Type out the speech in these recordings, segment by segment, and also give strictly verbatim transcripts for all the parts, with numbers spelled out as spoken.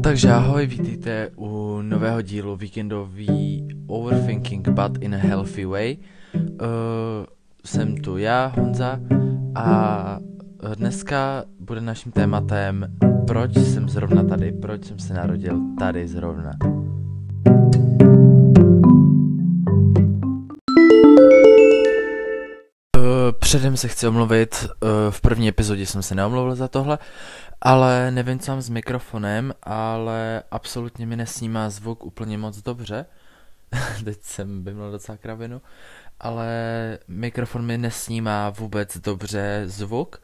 Takže ahoj, vítejte u nového dílu víkendový Overthinking but in a healthy way. Uh, jsem tu já, Honza, a dneska bude naším tématem, proč jsem zrovna tady, proč jsem se narodil tady zrovna. Uh, předem se chci omluvit, uh, v první epizodě jsem se neomluvil za tohle, ale nevím, co mám s mikrofonem, ale absolutně mi nesnímá zvuk úplně moc dobře. Teď jsem vymlel docela kravinu, ale mikrofon mi nesnímá vůbec dobře zvuk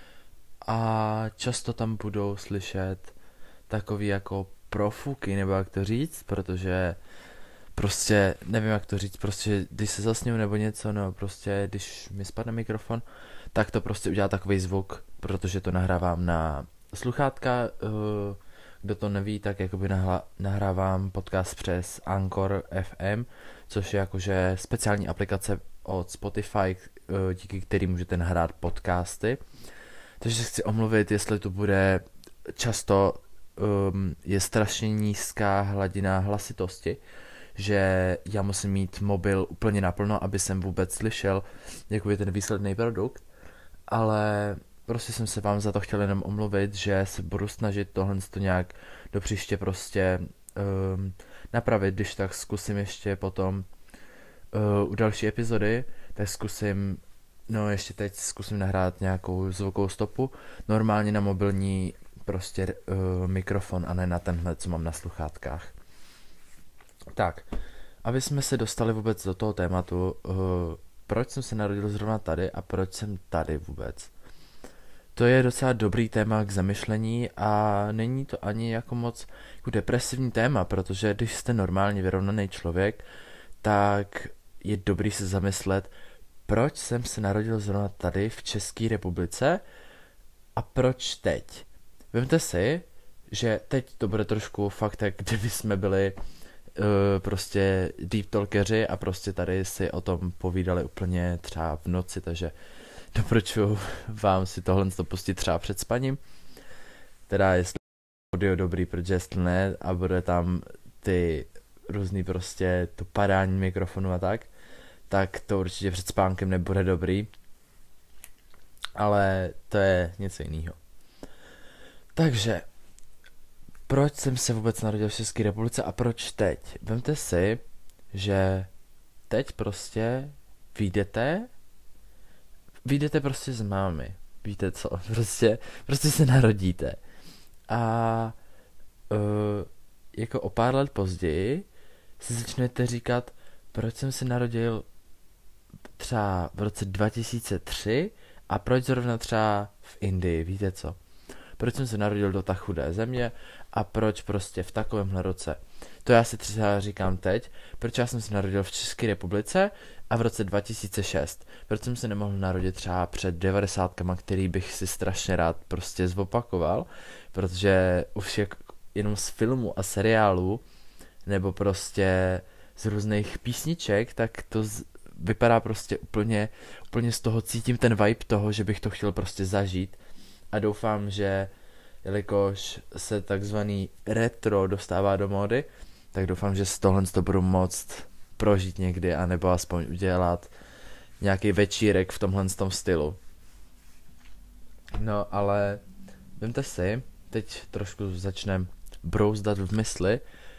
a často tam budou slyšet takový jako profuky, nebo jak to říct, protože prostě nevím, jak to říct, prostě když se zasněju nebo něco, no prostě když mi spadne mikrofon, tak to prostě udělá takový zvuk, protože to nahrávám na sluchátka. Kdo to neví, tak jakoby nahla- nahrávám podcast přes Anchor F M, což je jakože speciální aplikace od Spotify, díky který můžete nahrát podcasty. Takže se chci omluvit, jestli tu bude často um, je strašně nízká hladina hlasitosti, že já musím mít mobil úplně naplno, aby jsem vůbec slyšel jakoby ten výsledný produkt, ale prostě jsem se vám za to chtěl jenom omluvit, že se budu snažit tohle to nějak do příště prostě um, napravit, když tak zkusím ještě potom uh, u další epizody, tak zkusím, no ještě teď zkusím nahrát nějakou zvukovou stopu, normálně na mobilní prostě uh, mikrofon a ne na tenhle, co mám na sluchátkách. Tak, aby jsme se dostali vůbec do toho tématu, uh, proč jsem se narodil zrovna tady a proč jsem tady vůbec. To je docela dobrý téma k zamyšlení a není to ani jako moc jako depresivní téma, protože když jste normálně vyrovnaný člověk, tak je dobrý se zamyslet, proč jsem se narodil zrovna tady v České republice a proč teď. Vemte si, že teď to bude trošku fakt, jak kdyby jsme byli uh, prostě deep talkeři a prostě tady si o tom povídali úplně třeba v noci, takže doporučuji vám si tohle pustit třeba před spaním. Teda jestli audio dobrý, protože jestli ne a bude tam ty různý prostě to padání mikrofonu a tak, tak to určitě před spánkem nebude dobrý. Ale to je něco jiného. Takže, proč jsem se vůbec narodil v České republice a proč teď? Vemte si, že teď prostě vyjdete Vyjdete prostě z mámy, víte co, prostě, prostě se narodíte a uh, jako o pár let později si začnete říkat, proč jsem se narodil třeba v roce dva tisíce tři a proč zrovna třeba v Indii, víte co, proč jsem se narodil do tak chudé země a proč prostě v takovémhle roce. To já si třeba říkám teď, proč já jsem se narodil v České republice a v roce dva tisíce šest. Proč jsem se nemohl narodit třeba před devadesátkama, který bych si strašně rád prostě zopakoval, protože už je jenom z filmu a seriálu, nebo prostě z různých písniček, tak to z, vypadá prostě úplně, úplně z toho cítím ten vibe toho, že bych to chtěl prostě zažít a doufám, že jelikož se takzvaný retro dostává do módy, tak doufám, že z tohle to budu moct prožít někdy, anebo aspoň udělat nějaký večírek v tomhle tom stylu. No, ale vemte si, teď trošku začnem brouzdat v mysli.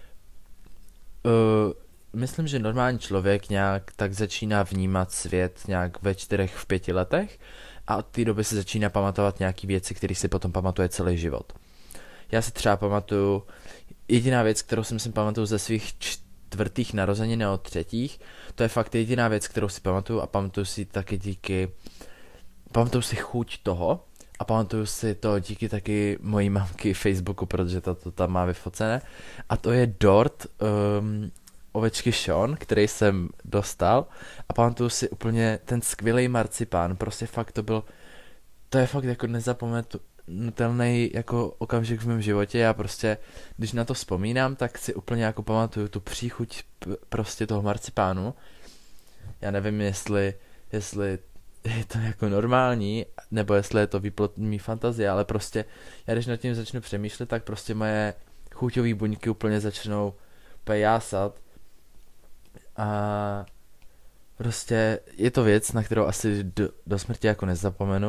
Uh, myslím, že normální člověk nějak tak začíná vnímat svět nějak ve čtyřech, v pěti letech a od té doby se začíná pamatovat nějaký věci, které si potom pamatuje celý život. Já si třeba pamatuju, jediná věc, kterou jsem si pamatuju ze svých čtvrtých narozenin nebo třetích, to je fakt jediná věc, kterou si pamatuju a pamatuju si taky díky, pamatuju si chuť toho a pamatuju si to díky taky mojí mamky Facebooku, protože to, to tam má vyfocené a to je dort um, ovečky Sean, který jsem dostal a pamatuju si úplně ten skvělý marcipán, prostě fakt to byl, to je fakt jako nezapomenutelný jako okamžik v mém životě, já prostě, když na to vzpomínám, tak si úplně jako pamatuju tu příchuť p- prostě toho marcipánu, já nevím, jestli, jestli je to jako normální, nebo jestli je to výplod mý fantazie, ale prostě, já když nad tím začnu přemýšlet, tak prostě moje chuťové buňky úplně začnou úplně jásat. A prostě je to věc, na kterou asi do, do smrti jako nezapomenu.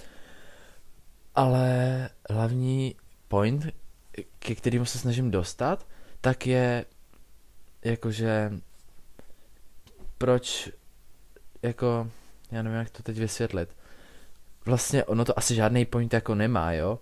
Ale hlavní point, ke kterému se snažím dostat, tak je jakože proč jako já nevím, jak to teď vysvětlit. Vlastně ono to asi žádný point jako nemá, jo?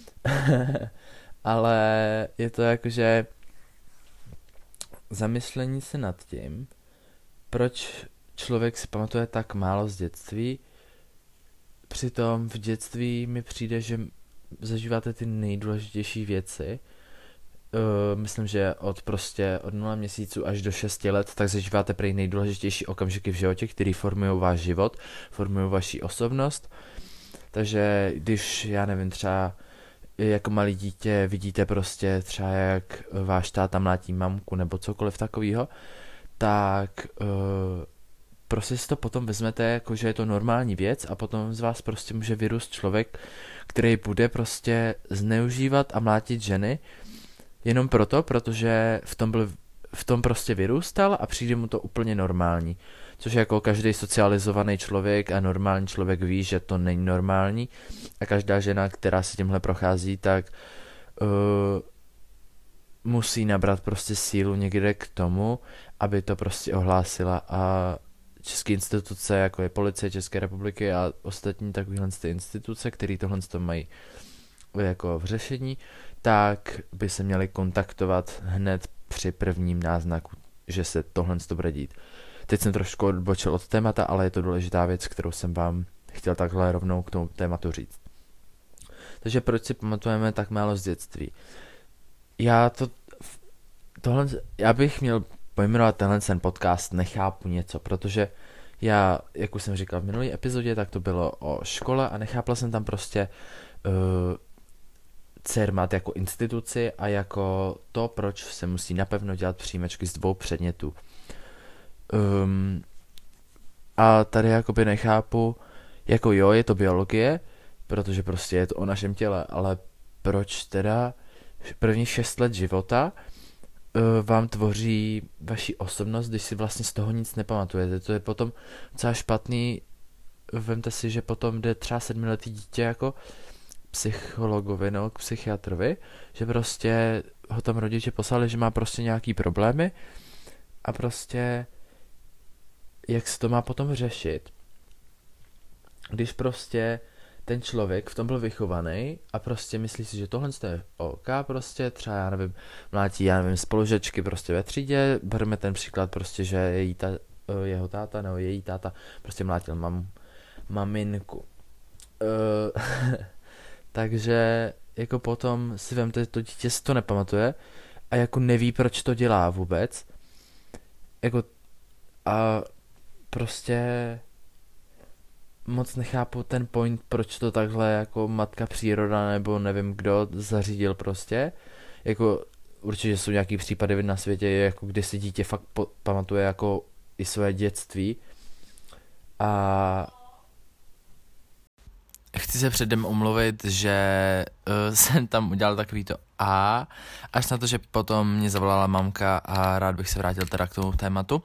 Ale je to jakože zamyšlení se nad tím, proč člověk si pamatuje tak málo z dětství. Přitom v dětství mi přijde, že zažíváte ty nejdůležitější věci. Uh, myslím, že od prostě od nula měsíců až do šesti let, tak zažíváte prý nejdůležitější okamžiky v životě, který formují váš život, formují vaši osobnost. Takže když, já nevím, třeba jako malý dítě vidíte prostě třeba jak váš táta mlátí mamku nebo cokoliv takového, tak uh, prostě si to potom vezmete jako, že je to normální věc a potom z vás prostě může vyrůst člověk, který bude prostě zneužívat a mlátit ženy jenom proto, protože v tom byl v tom prostě vyrůstal a přijde mu to úplně normální. Což jako každý socializovaný člověk a normální člověk ví, že to není normální a každá žena, která si tímhle prochází, tak uh, musí nabrat prostě sílu někde k tomu, aby to prostě ohlásila a české instituce, jako je Policie České republiky a ostatní takovéhle instituce, které tohle mají jako v řešení, tak by se měli kontaktovat hned při prvním náznaku, že se tohle bude dít. Teď jsem trošku odbočil od témata, ale je to důležitá věc, kterou jsem vám chtěl takhle rovnou k tomu tématu říct. Takže proč si pamatujeme tak málo z dětství? Já to, tohle, já bych měl pojmenovat tenhle ten podcast Nechápu něco, protože já, jak už jsem říkal v minulé epizodě, tak to bylo o škole a nechápal jsem tam prostě uh, CERMAT jako instituci a jako to, proč se musí napevno dělat přijímačky z dvou předmětů. Um, a tady jakoby nechápu, jako jo, je to biologie, protože prostě je to o našem těle, ale proč teda první šest let života uh, vám tvoří vaši osobnost, když si vlastně z toho nic nepamatujete. To je potom docela špatný. Vemte si, že potom jde třeba sedmiletý dítě jako psychologovi nebo k psychiatrovi, že prostě ho tam rodiče poslali, že má prostě nějaký problémy a prostě jak se to má potom řešit, když prostě ten člověk v tom byl vychovaný a prostě myslí si, že tohle je OK, prostě třeba, já nevím, mlátí, já nevím, spolužečky prostě ve třídě, bereme ten příklad prostě, že její ta, jeho táta nebo její táta prostě mlátil mam, maminku. Uh, takže jako potom si vemte, to dítě si to nepamatuje a jako neví, proč to dělá vůbec. Jako a prostě moc nechápu ten point, proč to takhle jako matka příroda nebo nevím kdo zařídil prostě. Jako určitě jsou nějaký případy na světě, jako kdy si dítě fakt po- pamatuje jako i své dětství. A chci se předem omluvit, že uh, jsem tam udělal takový to A, až na to, že potom mě zavolala mamka a rád bych se vrátil teda k tomu tématu.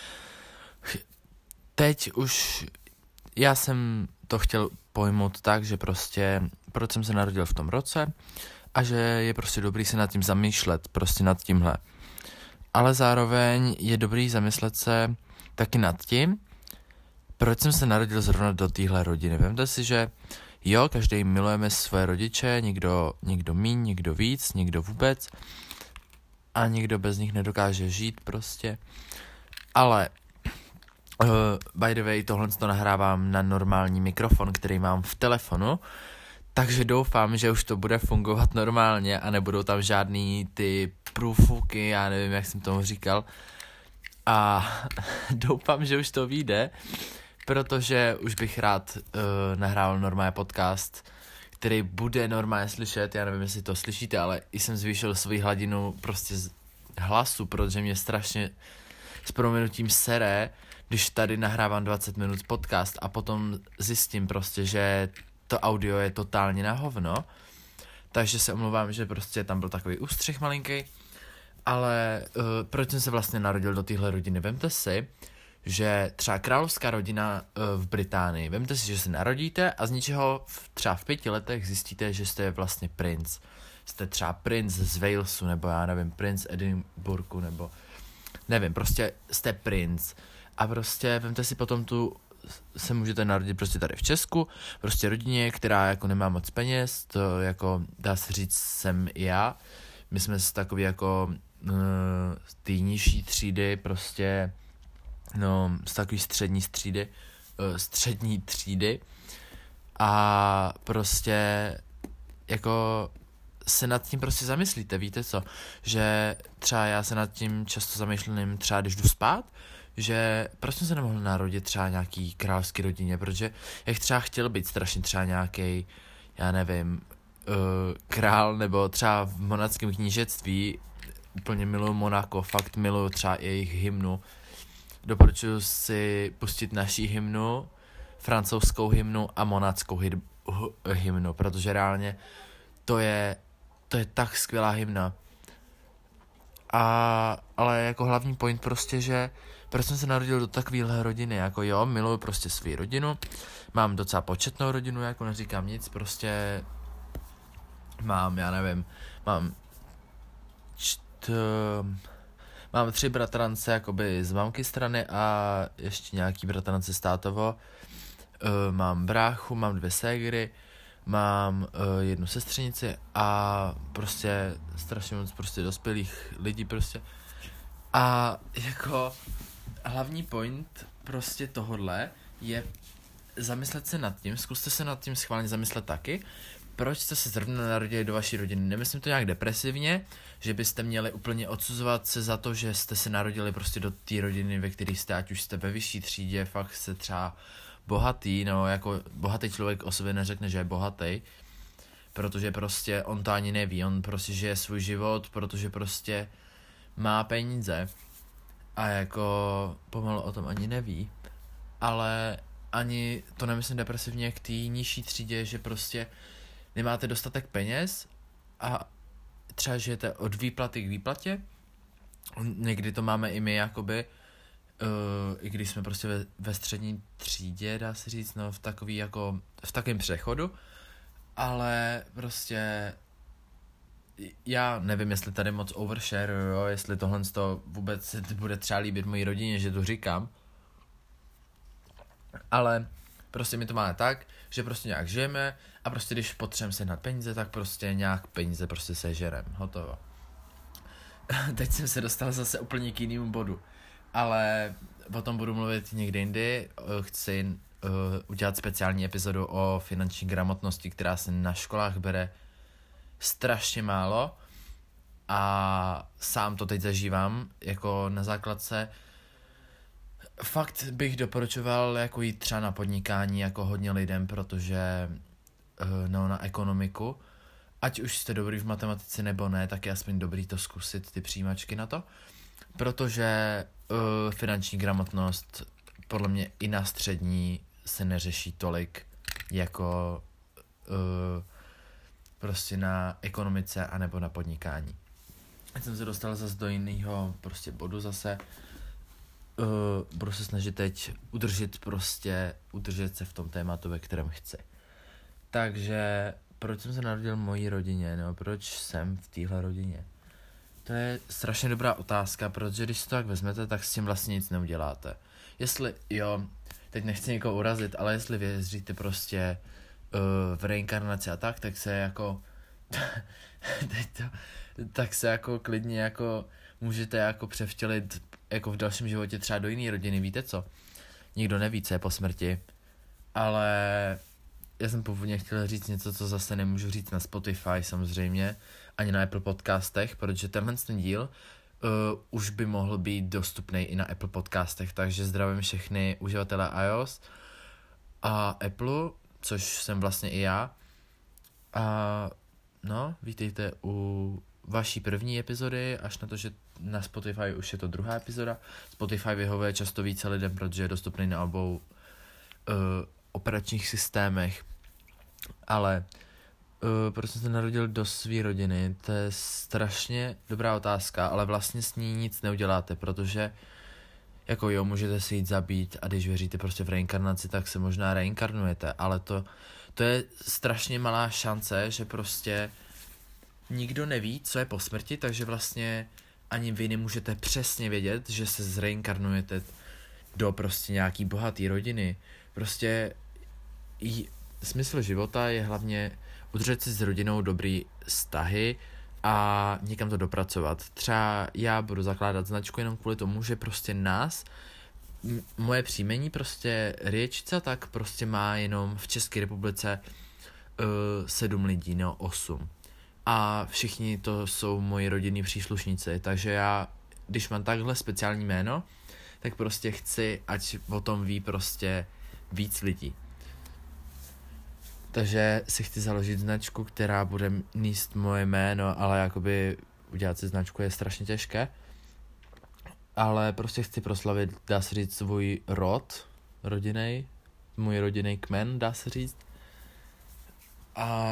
Teď už já jsem to chtěl pojmout tak, že prostě proč jsem se narodil v tom roce a že je prostě dobrý se nad tím zamýšlet, prostě nad tímhle. Ale zároveň je dobrý zamyslet se taky nad tím, proč jsem se narodil zrovna do téhle rodiny. Vemte si, že jo, každý milujeme své rodiče, někdo, někdo míň, někdo víc, někdo vůbec a někdo bez nich nedokáže žít prostě. Ale uh, by the way, tohle to nahrávám na normální mikrofon, který mám v telefonu, takže doufám, že už to bude fungovat normálně a nebudou tam žádný ty průfuky, já nevím, jak jsem tomu říkal. A doufám, že už to vyjde, protože už bych rád uh, nahrál normální podcast, který bude normálně slyšet, já nevím, jestli to slyšíte, ale i jsem zvýšil svoji hladinu prostě z hlasu, protože mě strašně s prominutím sere, když tady nahrávám dvacet minut podcast a potom zjistím prostě, že to audio je totálně na hovno, takže se omlouvám, že prostě tam byl takový ústřih malinký, ale uh, proč jsem se vlastně narodil do téhle rodiny? Vemte si, že třeba královská rodina uh, v Británii, vemte si, že se narodíte a z ničeho v, třeba v pěti letech zjistíte, že jste vlastně princ. Jste třeba princ z Walesu, nebo já nevím, princ Edinburghu, nebo nevím, prostě jste princ. A prostě vemte si potom tu, se můžete narodit prostě tady v Česku, prostě rodině, která jako nemá moc peněz, to jako dá se říct jsem i já. My jsme z takový jako uh, z té nižší třídy, prostě no z takový střední třídy, uh, střední třídy a prostě jako se nad tím prostě zamyslíte, víte co, že třeba já se nad tím často zamýšlím třeba když jdu spát, že proč jsem se nemohl narodit třeba nějaký královský rodině, protože jak třeba chtěl být strašně třeba nějaký, já nevím, uh, král, nebo třeba v monackém knížectví, úplně miluju Monako, fakt miluju třeba i jejich hymnu, doporučuji si pustit naší hymnu, francouzskou hymnu a monackou hy- hymnu, protože reálně to je, to je tak skvělá hymna. A, ale jako hlavní point prostě, že proč jsem se narodil do takovéhle rodiny, jako jo, miluju prostě svou rodinu, mám docela početnou rodinu, jako neříkám nic, prostě mám, já nevím, mám čt, mám tři bratrance jakoby z mamky strany a ještě nějaký bratrance z tátovo, mám bráchu, mám dvě ségry, mám uh, jednu sestřenici a prostě strašně moc prostě dospělých lidí prostě. A jako hlavní point prostě tohodle je zamyslet se nad tím, zkuste se nad tím schválně zamyslet taky, proč jste se zrovna narodili do vaší rodiny. Nemyslím to nějak depresivně, že byste měli úplně odsuzovat se za to, že jste se narodili prostě do té rodiny, ve které jste, ať už jste ve vyšší třídě, fakt se třeba bohatý, no jako bohatý člověk o sobě neřekne, že je bohatý, protože prostě on to ani neví, on prostě žije svůj život, protože prostě má peníze a jako pomalu o tom ani neví, ale ani to nemyslím depresivně k té nižší třídě, že prostě nemáte dostatek peněz a třeba žijete od výplaty k výplatě, někdy to máme i my jakoby, Uh, i když jsme prostě ve, ve střední třídě, dá se říct, no v takový jako, v takovém přechodu, ale prostě já nevím, jestli tady moc overshare, jo, jestli tohle to vůbec se bude třeba líbit mojí rodině, že to říkám, ale prostě my to máme tak, že prostě nějak žijeme a prostě když potřebujeme sehnat peníze, tak prostě nějak peníze prostě sežerem, hotovo. Teď jsem se dostal zase úplně k jinému bodu. Ale o tom budu mluvit někdy jindy. Chci uh, udělat speciální epizodu o finanční gramotnosti, která se na školách bere strašně málo a sám to teď zažívám jako na základce. Fakt bych doporučoval jako jít třeba na podnikání jako hodně lidem, protože uh, no, na ekonomiku, ať už jste dobrý v matematice nebo ne, tak je aspoň dobrý to zkusit, ty přijímačky na to, protože Uh, finanční gramotnost podle mě i na střední se neřeší tolik jako uh, prostě na ekonomice anebo na podnikání. Teď jsem se dostal zase do jiného prostě bodu zase. Uh, budu se snažit teď udržet prostě, udržet se v tom tématu, ve kterém chci. Takže proč jsem se narodil v mojí rodině, nebo proč jsem v téhle rodině? To je strašně dobrá otázka, protože když si to tak vezmete, tak s tím vlastně nic neuděláte. Jestli, jo, teď nechci někoho urazit, ale jestli věříte prostě uh, v reinkarnaci a tak, tak se jako, teď to, tak se jako klidně jako můžete jako převtělit jako v dalším životě třeba do jiné rodiny, víte co? Nikdo neví, co je po smrti, ale já jsem původně chtěl říct něco, co zase nemůžu říct na Spotify samozřejmě, ani na Apple podcastech, protože tenhle ten díl uh, už by mohl být dostupný i na Apple podcastech, takže zdravím všechny uživatele iOS a Apple, což jsem vlastně i já. A no, vítejte u vaší první epizody, až na to, že na Spotify už je to druhá epizoda. Spotify vyhovuje často více lidem, protože je dostupný na obou uh, operačních systémech, ale Uh, proč jsem se narodil do své rodiny? To je strašně dobrá otázka, ale vlastně s ní nic neuděláte, protože jako jo, můžete se jít zabít a když věříte prostě v reinkarnaci, tak se možná reinkarnujete, ale to, to je strašně malá šance, že prostě nikdo neví, co je po smrti, takže vlastně ani vy nemůžete přesně vědět, že se zreinkarnujete do prostě nějaký bohatý rodiny. Prostě j- smysl života je hlavně udržet si s rodinou dobrý vztahy a někam to dopracovat. Třeba já budu zakládat značku jenom kvůli tomu, že prostě nás, m- moje příjmení prostě Riečica, tak prostě má jenom v České republice uh, sedm lidí, no osm. A všichni to jsou moji rodinní příslušníci, takže já, když mám takhle speciální jméno, tak prostě chci, ať o tom ví prostě víc lidí. Takže si chci založit značku, která bude níst moje jméno, ale jakoby udělat si značku je strašně těžké. Ale prostě chci proslavit, dá se říct, svůj rod rodinnej, můj rodinný kmen, dá se říct. A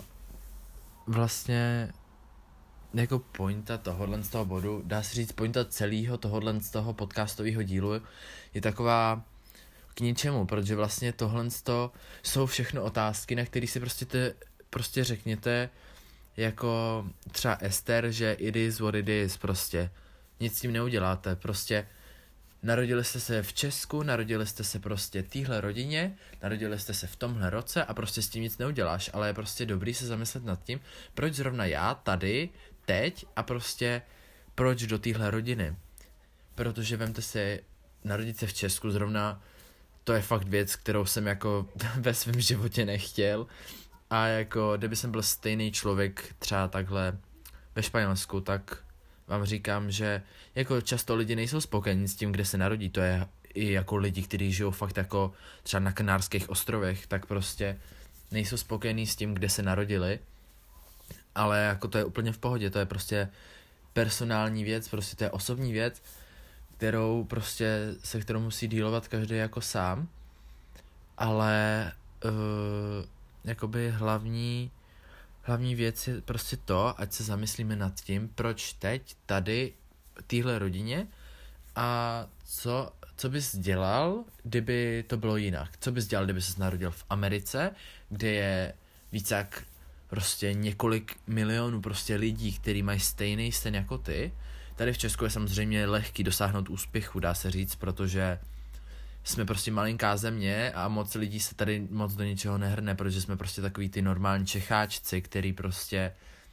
vlastně jako pointa tohohle z toho bodu, dá se říct pointa celého tohohle z toho podcastového dílu je taková k ničemu, protože vlastně tohle z toho jsou všechno otázky, na které si prostě, te, prostě řekněte jako třeba Ester, že it is what it is, prostě nic s tím neuděláte, prostě narodili jste se v Česku, narodili jste se prostě téhle rodině, narodili jste se v tomhle roce a prostě s tím nic neuděláš, ale je prostě dobrý se zamyslet nad tím, proč zrovna já tady, teď a prostě proč do téhle rodiny. Protože vemte si, narodit se v Česku zrovna, to je fakt věc, kterou jsem jako ve svém životě nechtěl a jako kdyby jsem byl stejný člověk třeba takhle ve Španělsku, tak vám říkám, že jako často lidi nejsou spokojení s tím, kde se narodí, to je i jako lidi, kteří žijou fakt jako třeba na Kanárských ostrovech, tak prostě nejsou spokojení s tím, kde se narodili, ale jako to je úplně v pohodě, to je prostě personální věc, prostě to je osobní věc, kterou prostě, se kterou musí dealovat každý jako sám, ale uh, jakoby hlavní Hlavní věc je prostě to, ať se zamyslíme nad tím, proč teď tady téhle rodině a co, co bys dělal, kdyby to bylo jinak. Co bys dělal, kdyby ses narodil v Americe, kde je více jak prostě několik milionů prostě lidí, kteří mají stejný sen jako ty. Tady v Česku je samozřejmě lehký dosáhnout úspěchu, dá se říct, protože jsme prostě malinká země a moc lidí se tady moc do ničeho nehrne, protože jsme prostě takový ty normální Čecháčci, který prostě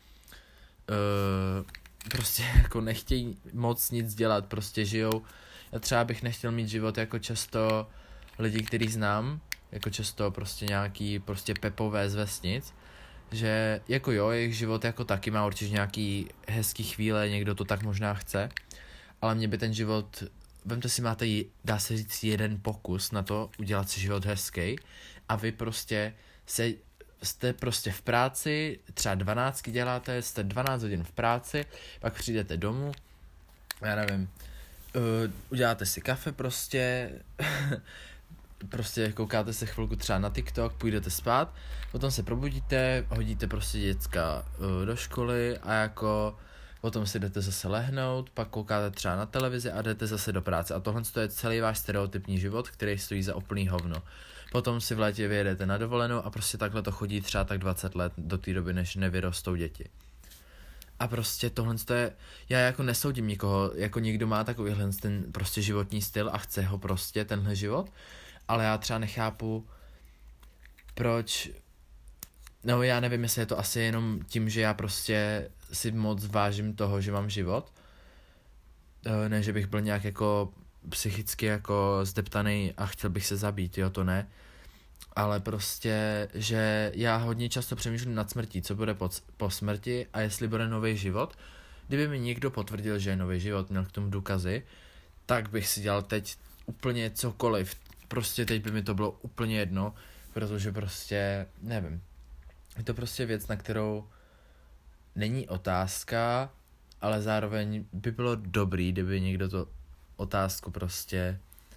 uh, prostě jako nechtějí moc nic dělat, prostě žijou. Já třeba bych nechtěl mít život jako často lidi, který znám, jako často prostě nějaký prostě pepové z vesnic, že jako jo, jejich život jako taky má určitě nějaký hezký chvíle, někdo to tak možná chce, ale mě by ten život, vemte si, máte, dá se říct, jeden pokus na to udělat si život hezký a vy prostě se, jste prostě v práci, třeba dvanáctky děláte, jste dvanáct hodin v práci, pak přijdete domů, já nevím, uh, uděláte si kafe prostě, prostě koukáte se chvilku třeba na TikTok, půjdete spát, potom se probudíte, hodíte prostě děcka uh, do školy a jako potom si jdete zase lehnout, pak koukáte třeba na televizi a jdete zase do práce. A tohle je celý váš stereotypní život, který stojí za úplný hovno. Potom si v létě vyjedete na dovolenou a prostě takhle to chodí třeba tak dvacet let do té doby, než nevyrostou děti. A prostě tohle je, já jako nesoudím nikoho, jako někdo má takovýhle ten prostě životní styl a chce ho prostě, tenhle život, ale já třeba nechápu, proč. No já nevím, jestli je to asi jenom tím, že já prostě si moc vážím toho, že mám život. Ne, že bych byl nějak jako psychicky jako zdeptaný a chtěl bych se zabít, jo, to ne. Ale prostě, že já hodně často přemýšlím nad smrtí, co bude po, po smrti a jestli bude nový život. Kdyby mi někdo potvrdil, že je nový život, měl k tomu důkazy, tak bych si dělal teď úplně cokoliv. Prostě teď by mi to bylo úplně jedno, protože prostě, nevím. Je to prostě věc, na kterou není otázka, ale zároveň by bylo dobrý, kdyby někdo to otázku prostě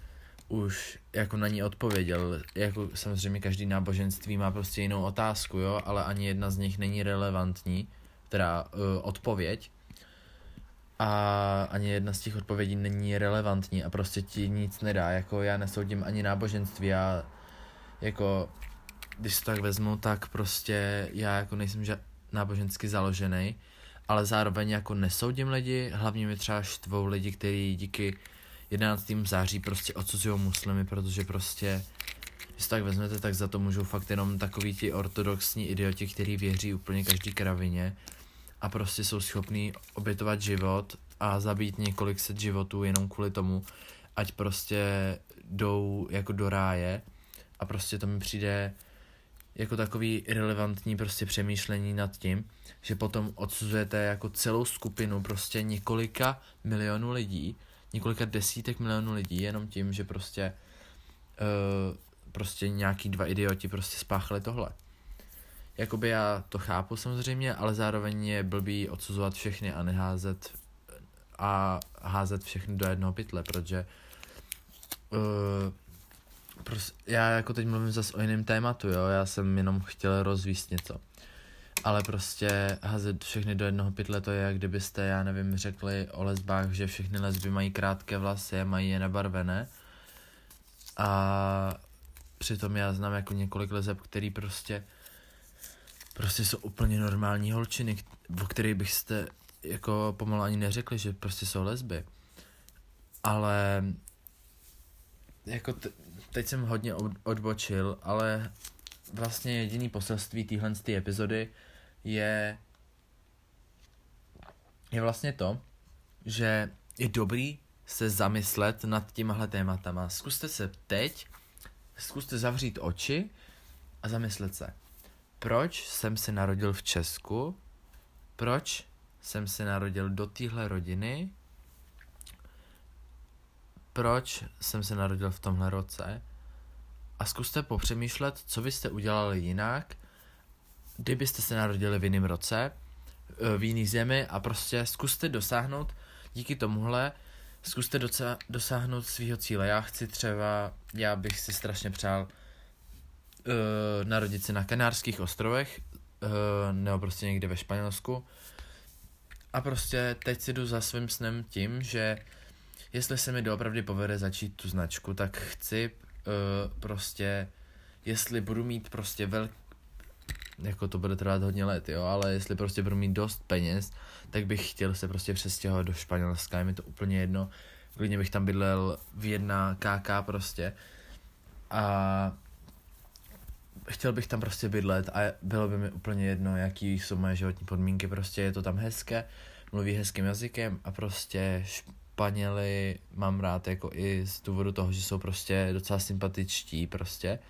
už jako na ní odpověděl. Jako samozřejmě každý náboženství má prostě jinou otázku, jo, ale ani jedna z nich není relevantní, teda uh, odpověď. A ani jedna z těch odpovědí není relevantní a prostě ti nic nedá, jako já nesoudím ani náboženství, já jako, když to tak vezmu, tak prostě já jako nejsem ža- nábožensky založený, ale zároveň jako nesoudím lidi, hlavně mi třeba štvou lidi, kteří díky jedenáctému září prostě odsuzují muslimy, protože prostě, když to tak vezmete, tak za to můžou fakt jenom takový ti ortodoxní idioti, kteří věří úplně každý kravině a prostě jsou schopní obětovat život a zabít několik set životů jenom kvůli tomu, ať prostě jdou jako do ráje a prostě to mi přijde jako takový irrelevantní prostě přemýšlení nad tím, že potom odsuzujete jako celou skupinu prostě několika milionů lidí, několika desítek milionů lidí jenom tím, že prostě uh, prostě nějaký dva idioti prostě spáchali tohle. Jakoby já to chápu samozřejmě, ale zároveň je blbý odsuzovat všechny a neházet a házet všechny do jednoho pytle, protože uh, pros, já jako teď mluvím zase o jiném tématu, jo, já jsem jenom chtěl rozvíst něco. Ale prostě házet všechny do jednoho pytle, to je, jak kdybyste, já nevím, řekli o lesbách, že všechny lesby mají krátké vlasy a mají je nabarvené. A přitom já znám jako několik leseb, který prostě prostě jsou úplně normální holčiny, o kterých byste jako pomalu ani neřekli, že prostě jsou lesby. Ale jako te- teď jsem hodně odbočil, ale vlastně jediný poselství téhle z té epizody je je vlastně to, že je dobrý se zamyslet nad těmahle tématama. Zkuste se teď, zkuste zavřít oči a zamyslet se. Proč jsem se narodil v Česku? Proč jsem se narodil do téhle rodiny? Proč jsem se narodil v tomhle roce? A zkuste popřemýšlet, co byste udělali jinak, kdybyste se narodili v jiném roce, v jiný zemi a prostě zkuste dosáhnout díky tomuhle, zkuste doca- dosáhnout svýho cíle. Já chci třeba, já bych si strašně přál uh, narodit se na Kanárských ostrovech, uh, nebo prostě někde ve Španělsku. A prostě teď si jdu za svým snem tím, že jestli se mi doopravdy povede začít tu značku, tak chci uh, prostě, jestli budu mít prostě velký, jako to bude trvat hodně let, jo, ale jestli prostě budu mít dost peněz, tak bych chtěl se prostě přestěhovat do Španělska, je mi to úplně jedno, klidně bych tam bydlel v jedna ká ká prostě a chtěl bych tam prostě bydlet a bylo by mi úplně jedno, jaký jsou moje životní podmínky, prostě je to tam hezké, mluví hezkým jazykem a prostě Španěli mám rád jako i z důvodu toho, že jsou prostě docela sympatičtí prostě.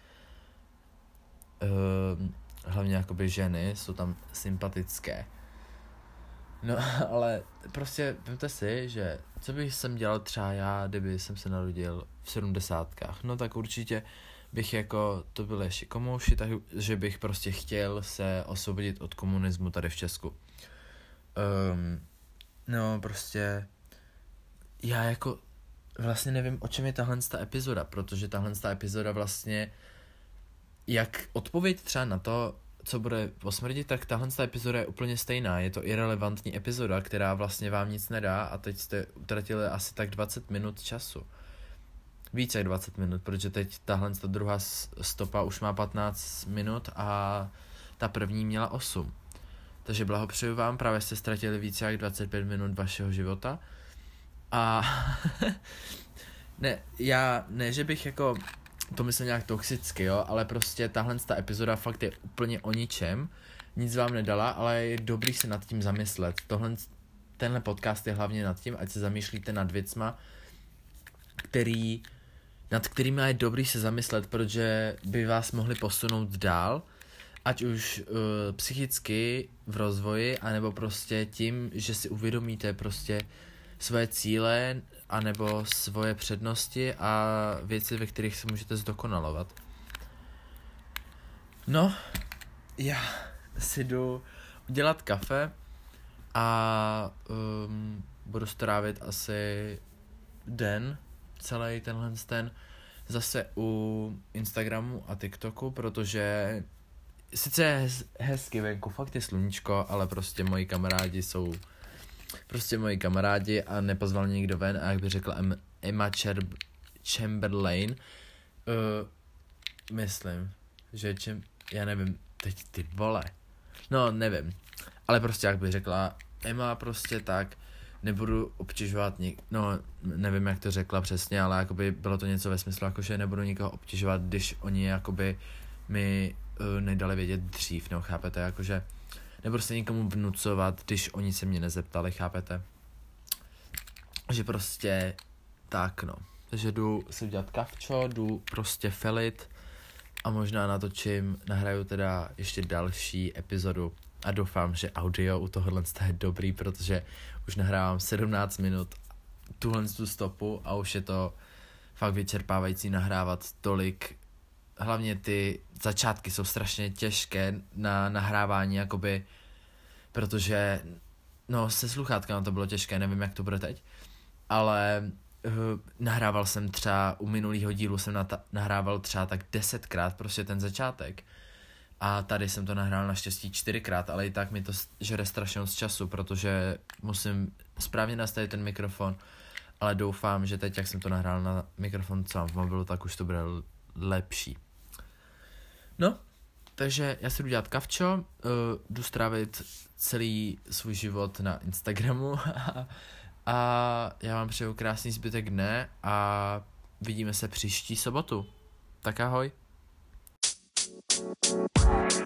Um, hlavně jakoby ženy jsou tam sympatické. No ale prostě vemte si, že co bych jsem dělal třeba já, kdyby jsem se narodil v sedmdesátkách, no tak určitě bych jako, to byly ještě komouši, takže bych prostě chtěl se osvobodit od komunismu tady v Česku. Um, no prostě já jako vlastně nevím, o čem je tahle ta epizoda, protože tahle ta epizoda vlastně jak odpověď třeba na to, co bude po smrti, tak tahle ta epizoda je úplně stejná. Je to irelevantní epizoda, která vlastně vám nic nedá a teď jste utratili asi tak dvacet minut času. Více jak dvacet minut, protože teď tahle ta druhá stopa už má patnáct minut a ta první měla osm. Takže blahopřeju vám, právě jste ztratili více jak dvacet pět minut vašeho života. A ne, já, ne, že bych jako to myslím nějak toxicky, jo, ale prostě tahle ta epizoda fakt je úplně o ničem, nic vám nedala, ale je dobrý se nad tím zamyslet. Tohle, tenhle podcast je hlavně nad tím, ať se zamýšlíte nad věcma, který, nad kterými je dobrý se zamyslet, protože by vás mohli posunout dál, ať už uh, psychicky v rozvoji, anebo prostě tím, že si uvědomíte prostě svoje cíle, anebo svoje přednosti a věci, ve kterých se můžete zdokonalovat. No, já si jdu udělat kafe a um, budu strávit asi den, celý tenhle ten, zase u Instagramu a TikToku, protože sice je hez, hezky venku, fakt je sluníčko, ale prostě moji kamarádi jsou prostě moji kamarádi a nepozval mě nikdo ven a jak by řekla Emma Cher- Chamberlain, uh, myslím, že čem, já nevím, teď ty vole, no nevím, ale prostě jak by řekla Emma prostě tak, nebudu obtěžovat nik, no nevím jak to řekla přesně, ale jakoby bylo to něco ve smyslu, jakože nebudu nikoho obtěžovat, když oni jakoby mi uh, nedali vědět dřív, no chápete, jakože nebudu se nikomu vnucovat, když oni se mě nezeptali, chápete, že prostě tak no, takže jdu si udělat kavčo, jdu prostě felit a možná natočím, nahraju teda ještě další epizodu a doufám, že audio u tohohle je dobrý, protože už nahrávám sedmnáct minut tuhle tu stopu a už je to fakt vyčerpávající nahrávat tolik. Hlavně ty začátky jsou strašně těžké na nahrávání, jakoby, protože no se sluchátkama to bylo těžké, nevím jak to bude teď, ale uh, nahrával jsem třeba, u minulýho dílu jsem nata- nahrával třeba tak desetkrát prostě ten začátek. A tady jsem to nahrál naštěstí čtyřikrát, ale i tak mi to žere strašně moc času, protože musím správně nastavit ten mikrofon, ale doufám, že teď, jak jsem to nahrál na mikrofon, co mám v mobilu, tak už to bude l- lepší. No, takže já si jdu dělat kavčo, uh, jdu strávit celý svůj život na Instagramu a, a já vám přeju krásný zbytek dne a vidíme se příští sobotu. Tak ahoj.